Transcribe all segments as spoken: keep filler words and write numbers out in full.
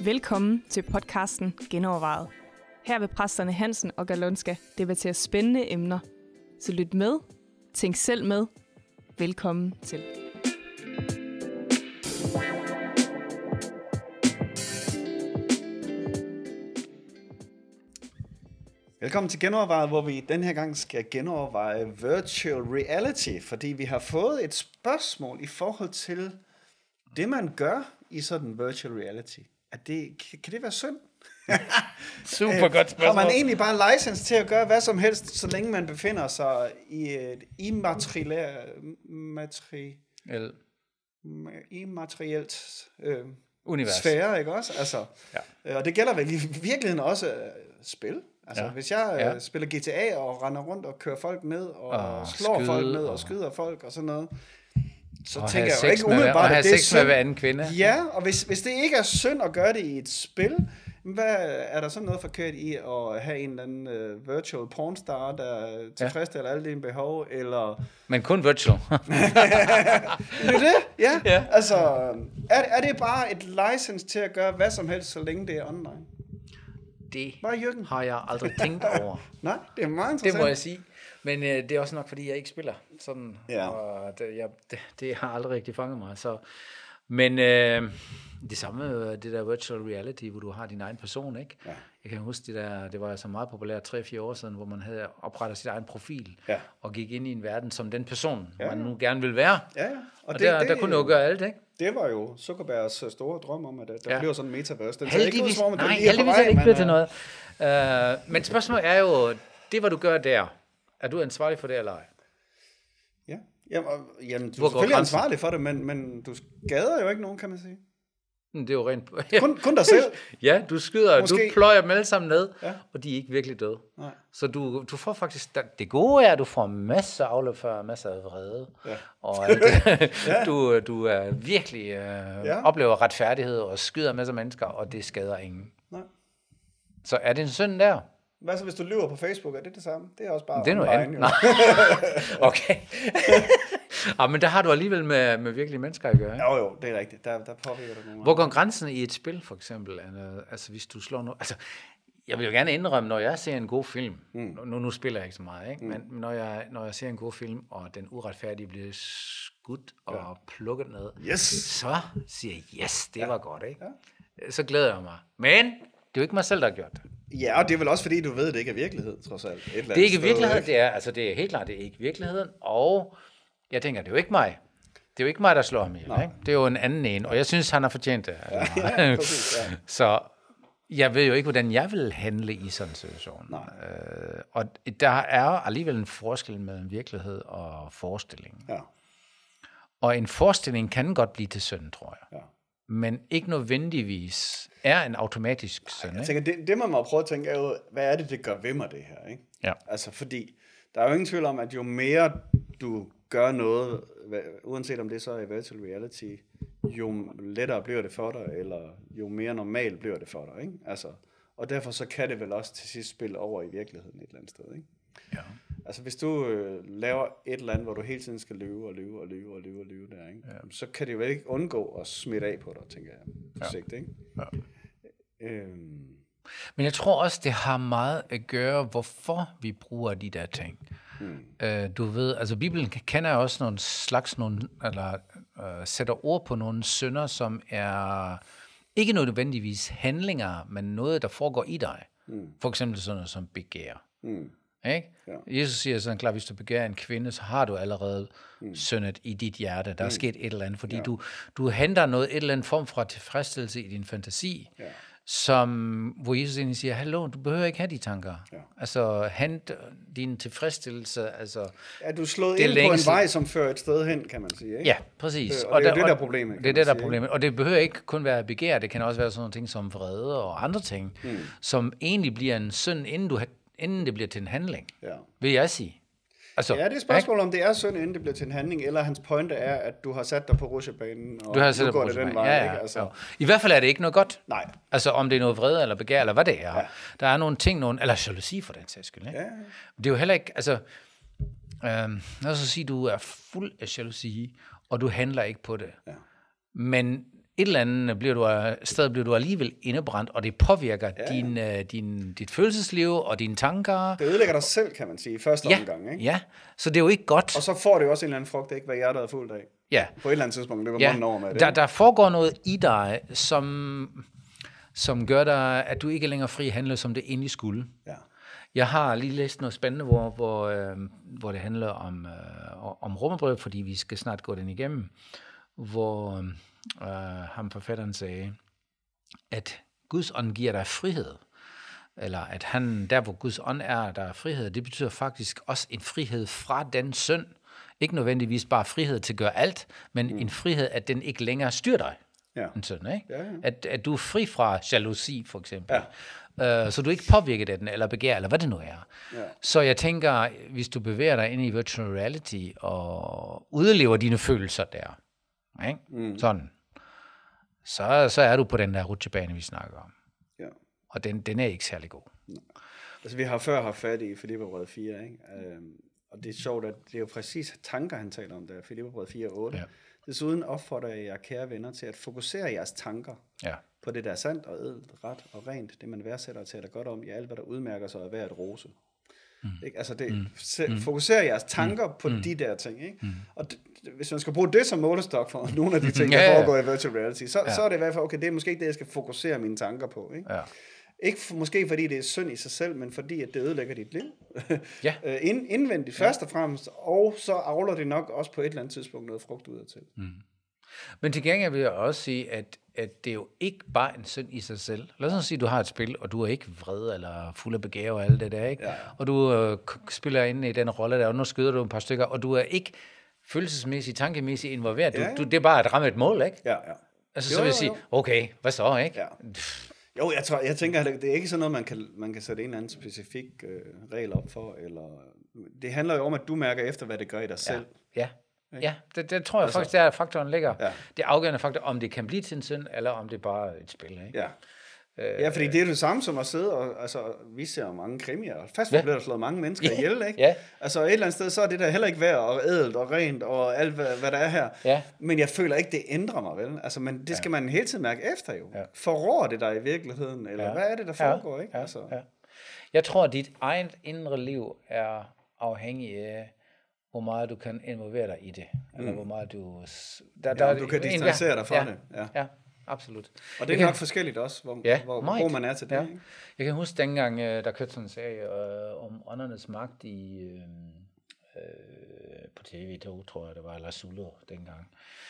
Velkommen til podcasten Genovervejet. Her vil præsterne Hansen og Galonska debattere spændende emner. Så lyt med, tænk selv med. Velkommen til. Velkommen til Genovervejet, hvor vi den her gang skal genoverveje virtual reality, fordi vi har fået et spørgsmål i forhold til det, man gør i sådan virtual reality. Er det, kan det være synd? Super godt spørgsmål. Har man egentlig bare licens til at gøre hvad som helst, så længe man befinder sig i et immaterielt, materi, immaterielt øh, univers, sfære, ikke også? Altså, ja. Og det gælder vel i virkeligheden også uh, spil. Altså, ja. Hvis jeg ja. uh, spiller G T A og render rundt og kører folk ned og, og slår folk ned og, og skyder folk og sådan noget, så og tænker jeg jo ikke umiddelbart, at det er synd. Med hver anden kvinde. Ja, og hvis, hvis det ikke er synd at gøre det i et spil, hvad er der så noget forkert i at have en eller anden uh, virtual pornstar, der tilfredsstiller ja. alle dine behov, eller... Men kun virtual. Det er det, ja. ja. Altså, er, er det bare et license til at gøre hvad som helst, så længe det er online? Det Jürgen? har jeg aldrig tænkt over. Nej, det er meget interessant. Det må jeg sige. Men øh, det er også nok, fordi jeg ikke spiller sådan. Ja. Og det, jeg, det, det har aldrig rigtig fanget mig. Så. Men øh, det samme, det der virtual reality, hvor du har din egen person, ikke? Ja. Jeg kan huske, det der, det var så meget populært tre fire år siden, hvor man havde oprettet sit egen profil, ja. og gik ind i en verden som den person, ja. man nu gerne vil være. Ja, ja. Og, og det, der, det, der kunne du jo gøre alt, ikke? Det var jo Zuckerbergs store drøm om, at der ja. bliver sådan en metaverse. Den heldigvis, ikke ud, nej, heldigvis er det ikke blevet til noget. Uh, men spørgsmålet er jo, det hvad du gør der, er du ansvarlig for det eller ej? Ja, jamen, jamen du er selvfølgelig ansvarlig for det, men, men du skader jo ikke nogen, kan man sige. Det er jo rent... kun, kun dig selv. Ja, du skyder, Måske. du pløjer dem alle sammen ned, ja. og de er ikke virkelig døde. Nej. Så du, du får faktisk... Det gode er, at du får masser af afløb for masser af vrede. Ja. Og at, ja. du, du er virkelig øh, ja. oplever retfærdighed og skyder masser af mennesker, og det skader ingen. Nej. Så er det en synd der? Hvad så, hvis du lyver på Facebook? Er det det samme? Det er også bare... Det er noget andet. Okay. Ja, men der har du alligevel med, med virkelige mennesker at gøre, ikke? Jo, jo, det er rigtigt. Der, der påvirker det nogle. Hvor går grænsen i et spil, for eksempel? Altså, hvis du slår noget... Altså, jeg vil jo gerne indrømme, når jeg ser en god film... Mm. Nu, nu spiller jeg ikke så meget, ikke? Mm. Men når jeg, når jeg ser en god film, og den uretfærdige bliver skudt og ja. plukket ned, yes. så siger jeg, yes, det ja. var godt, ikke? Ja. Så glæder jeg mig. Men... Det er jo ikke mig selv, der har gjort det. Ja, og det er vel også fordi, du ved, at det ikke er virkelighed, trods alt. Det er ikke virkelighed, det er, altså det er helt klart, det er ikke virkeligheden, og jeg tænker, det er jo ikke mig. Det er jo ikke mig, der slår ham ihjel, ikke? Det er jo en anden en, og jeg synes, han har fortjent det. Ja, ja, præcis, ja. Så jeg ved jo ikke, hvordan jeg vil handle i sådan en situation. Nej. Øh, og der er alligevel en forskel mellem virkelighed og forestilling. Ja. Og en forestilling kan godt blive til synd, tror jeg. Ja. Men ikke nødvendigvis er en automatisk synd. Jeg tænker, det, det man må prøve at tænke er jo, hvad er det, det gør ved mig, det her, ikke? Ja. Altså, fordi der er jo ingen tvivl om, at jo mere du gør noget, uanset om det så er i virtual reality, jo lettere bliver det for dig, eller jo mere normalt bliver det for dig, ikke? Altså, og derfor så kan det vel også til sidst spille over i virkeligheden et eller andet sted, ikke? Ja. Altså hvis du øh, laver et eller andet, hvor du hele tiden skal løbe og løbe og løbe og løbe og løbe der, ikke? Ja. Så kan det jo vel ikke undgå at smitte af på dig, tænker jeg. På sigt, ikke? Ja. Øhm. Men jeg tror også, det har meget at gøre, hvorfor vi bruger de der ting. Hmm. Øh, du ved, altså Bibelen kender også nogle slags, nogle, eller øh, sætter ord på nogle synder, som er ikke nødvendigvis handlinger, men noget, der foregår i dig. Hmm. For eksempel sådan noget som begær. Hmm. Ikke? Ja. Jesus siger sådan klart, hvis du begærer en kvinde, så har du allerede mm. syndet i dit hjerte. Der er mm. sket et eller andet, fordi ja. du, du henter noget, et eller andet form for tilfredsstillelse i din fantasi, ja. som, hvor Jesus egentlig siger, hallo, du behøver ikke have de tanker. Ja. Altså, hent din tilfredsstillelse. Altså, ja, du er slået ind længste... på en vej, som fører et sted hen, kan man sige. Ikke? Ja, præcis. Øh, og, og det er jo det, der er problemet. Det er det, der er problemet. Og det behøver ikke kun være begær, det kan også være sådan nogle ting som vrede og andre ting, mm. som egentlig bliver en synd, inden du har inden det bliver til en handling, ja. vil jeg sige. Altså, ja, det er et spørgsmål, om det er synd, inden det bliver til en handling, eller hans pointe er, at du har sat dig på rutsjebanen, og du har sat nu går det den vej. Ja, ja, ikke? Altså. Ja. I hvert fald er det ikke noget godt. Nej. Altså, om det er noget vrede, eller begær, eller hvad det er. Ja. Der er nogle ting, nogle, eller jalousi for den sags skyld. Ikke? Ja. Det er jo heller ikke, altså, øhm, lad os sige, du er fuld af jalousi, og du handler ikke på det. Ja. Men et eller andet bliver du, sted bliver du alligevel indebrændt, og det påvirker ja, ja. Din, uh, din, dit følelsesliv og dine tanker. Det ødelægger dig selv, kan man sige, i første ja, omgang. Ikke? Ja, så det er jo ikke godt. Og så får det jo også en eller anden frugt, ikke, hvad hjertet er fuldt af. Ja. På et eller andet tidspunkt løber ja. munden over med det. Der, der foregår noget i dig, som, som gør dig, at du ikke længere fri handler, som det egentlig skulle. Ja. Jeg har lige læst noget spændende, hvor, hvor, øh, hvor det handler om, øh, om Romerbrevet, fordi vi skal snart gå den igennem, hvor øh, ham forfatteren sagde, at Guds ånd giver dig frihed, eller at han, der hvor Guds ånd er, der er frihed, det betyder faktisk også en frihed fra den synd. Ikke nødvendigvis bare frihed til at gøre alt, men mm. en frihed, at den ikke længere styrer dig. Ja. En synd, ikke? Ja, ja. At, at du er fri fra jalousi, for eksempel. Ja. Uh, så du ikke påvirker den, eller begær, eller hvad det nu er. Ja. Så jeg tænker, hvis du bevæger dig ind i virtual reality, og udlever dine følelser der, ikke? Mm. Sådan, så, så er du på den der rutsjebane, vi snakker om. Ja. Og den, den er ikke særlig god. Nej. Altså, vi har før haft fat i Filipperbrevet fire, ikke? Um, og det er sjovt, at det er jo præcis tanker, han taler om der, Filipperbrevet fire og otte. Ja. Desuden opfordrer jeg jer, kære venner, til at fokusere jeres tanker ja. på det, der er sandt og ædelt, ret og rent, det man værdsætter og taler godt om, i alt, hvad der udmærker sig og er værd at rose. Mm. Ikke? Altså, det, mm. se, fokusere jeres tanker mm. på mm. de der ting. Ikke? Mm. Og det, hvis man skal bruge det som målestok for nogle af de ting, der ja, ja. foregår i virtual reality, så, ja. så er det i hvert fald, okay, det er måske ikke det, jeg skal fokusere mine tanker på. Ikke? Ja. Ikke for, måske fordi det er synd i sig selv, men fordi at det ødelægger dit liv. Ja. Ind, indvendigt ja. først og fremmest, og så avler det nok også på et eller andet tidspunkt noget frugt ud af til. Mm. Men til gengæld vil jeg også sige, at, at det er jo ikke bare en synd i sig selv. Lad os sige, at du har et spil, og du er ikke vred eller fuld af begær og alt det der, ikke? Ja. Og du øh, spiller inde i den rolle der, og nu skyder du et par stykker, og du er ikke følelsesmæssigt, tankemæssigt involveret. Du, ja, ja. Du, det er bare at ramme et mål, ikke? Ja, ja. Altså jo, så vil jeg sige, okay, hvad så, ikke? Ja. Jo, jeg tror, jeg tænker, at det er ikke sådan noget, man kan, man kan sætte en eller anden specifik øh, regel op for, eller det handler jo om, at du mærker efter, hvad det gør i dig selv. Ja, ja, ja det, det tror jeg altså, faktisk, der faktoren ligger. Ja. Det afgørende faktor, om det kan blive til en synd, eller om det bare er et spil, ikke? Ja. Øh, ja, fordi det er det samme som at sidde og, altså, vi ser mange krimier, og fast for ja. bliver der slået mange mennesker yeah. ihjel, ikke? Ja. Altså et eller andet sted, så er det der heller ikke værd, og ædelt, og rent, og alt, hvad, hvad der er her. Ja. Men jeg føler ikke, det ændrer mig, vel? Altså, men det skal ja. man hele tiden mærke efter, jo. Ja. Forrår det dig i virkeligheden, eller ja. hvad er det, der foregår, ja. ikke? Altså. Ja. Jeg tror, at dit eget indre liv er afhængig af, hvor meget du kan involvere dig i det, eller mm. hvor meget du... Der, der, ja, du kan distancere dig fra ja. det. Ja, ja. Absolut. Og det er nok kan... forskelligt også, hvor, ja, hvor, hvor man er til det. Ja. Ikke? Jeg kan huske dengang, der kørte sådan en serie øh, om åndernes magt i, øh, øh, på T V to, tror jeg det var, eller Zulu dengang,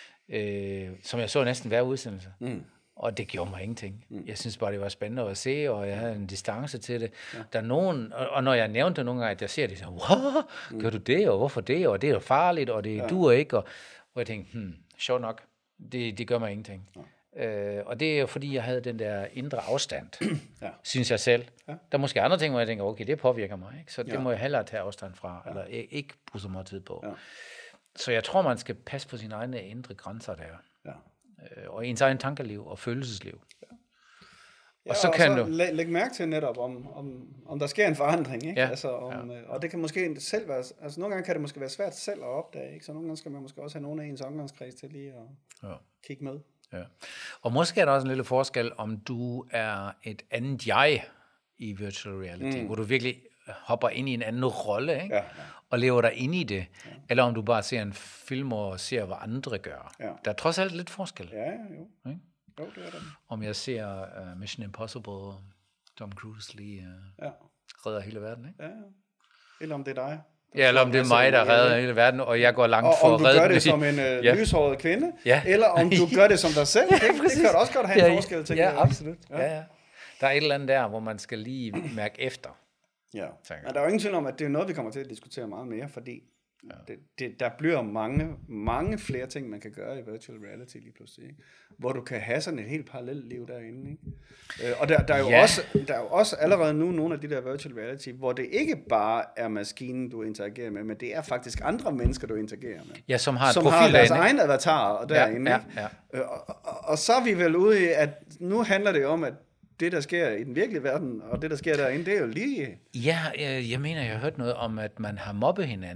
øh, som jeg så næsten hver udsendelse. Mm. Og det gjorde mig ingenting. Mm. Jeg synes bare, det var spændende at se, og jeg havde en distance til det. Ja. Der er nogen, og, og når jeg nævnte nogle gange, at jeg ser det, så wow, mm. gør du det, og hvorfor det, og det er jo farligt, og det ja. duer ikke, og, og jeg tænkte, hmm, sjovt nok, det, det gør mig ingenting. Ja. Øh, og det er jo fordi, jeg havde den der indre afstand, ja. synes jeg selv. Ja. Der er måske andre ting, hvor jeg tænker, okay, det påvirker mig, ikke? Så det ja. må jeg hellere tage afstand fra, ja. eller ikke bruge så meget tid på. Ja. Så jeg tror, man skal passe på sine egne indre grænser der. Ja. Øh, og ens egen tankeliv og følelsesliv. Ja. Ja, og så, og kan så du læ- læg mærke til netop, om, om, om der sker en forandring. Ikke? Ja. Altså, om, ja. Og det kan måske selv være, altså nogle gange kan det måske være svært selv at opdage, ikke? Så nogle gange skal man måske også have nogle af ens omgangskreds til lige at ja. kigge med. Ja. Og måske er der også en lille forskel, om du er et andet jeg i virtual reality, mm. hvor du virkelig hopper ind i en anden rolle, ikke? Ja, ja. og lever dig ind i det, ja. eller om du bare ser en film og ser, hvad andre gør. Ja. Der er trods alt lidt forskel. Ja, jo. Okay? Jo, det er det. Om jeg ser uh, Mission Impossible, Tom Cruise lige uh, ja. redder hele verden, ikke? Ja, eller om det er dig. Ja, eller om det er mig, der redder hele verden, og jeg går langt og for at redde om du gør det som en uh, ja. lyshåret kvinde, ja. eller om du gør det som dig selv. ja, det, det kan du også godt have en ja, forskel til. Ja, absolut. Ja. Ja, ja. Der er et eller andet der, hvor man skal lige mærke efter. Ja, men der er jo ingen tvivl om, at det er noget, vi kommer til at diskutere meget mere, fordi ja. det, det, der bliver mange, mange flere ting, man kan gøre i virtual reality lige pludselig, ikke? Hvor du kan have sådan et helt parallelt liv derinde. Ikke? Øh, og der, der, er jo ja. også, der er jo også allerede nu nogle af de der virtual reality, hvor det ikke bare er maskinen, du interagerer med, men det er faktisk andre mennesker, du interagerer med. Ja, som har et som profil har deres egen avatar derinde. Ja, ja, ja. Øh, og, og, og så er vi vel ude i, at nu handler det om, at det, der sker i den virkelige verden, og det, der sker derinde, det er jo lige... Ja, jeg, jeg mener, jeg har hørt noget om, at man har mobbet hinanden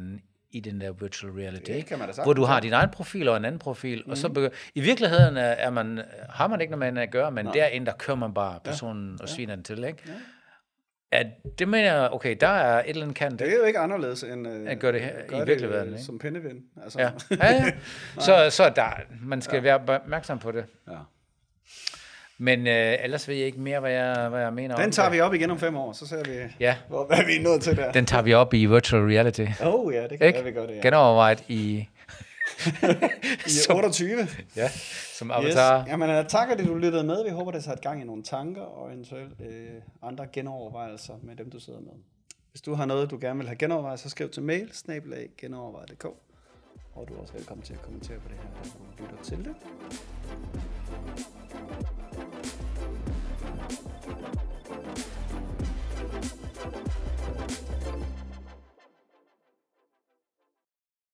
i den der virtual reality, det kan man da sagtens, hvor du har din egen profil og en anden profil, mm. og så begy- i virkeligheden er, er man, har man ikke noget med andet at gøre, men Nej. derinde, der kører man bare personen ja. og sviner ja. den til, ikke? Ja. At det mener jeg, okay, der er et eller andet kan. Det er jo ikke anderledes end at gøre det her, gør i virkeligheden, det, som pindevind. Altså. Ja, ja, ja. så, så der, man skal ja. være opmærksom på det. Ja. Men øh, ellers ved jeg ikke mere, hvad jeg, hvad jeg mener Den om tager det. vi op igen om fem år, så ser vi, ja. hvor, hvad vi er nået til der. Den tager vi op i virtual reality. Oh ja, det kan være, vi gør det, ja. Genovervejet i... I otteogtyve. Ja, som avatar. Yes. Jamen, tak, at du lyttede med. Vi håber, det har sat gang i nogle tanker og eventuelt øh, andre genovervejelser med dem, du sidder med. Hvis du har noget, du gerne vil have genovervejet, så skriv til mail, snabel-a genovervejet punktum d k. Og du er også velkommen til at kommentere på det her, når du lytter til det.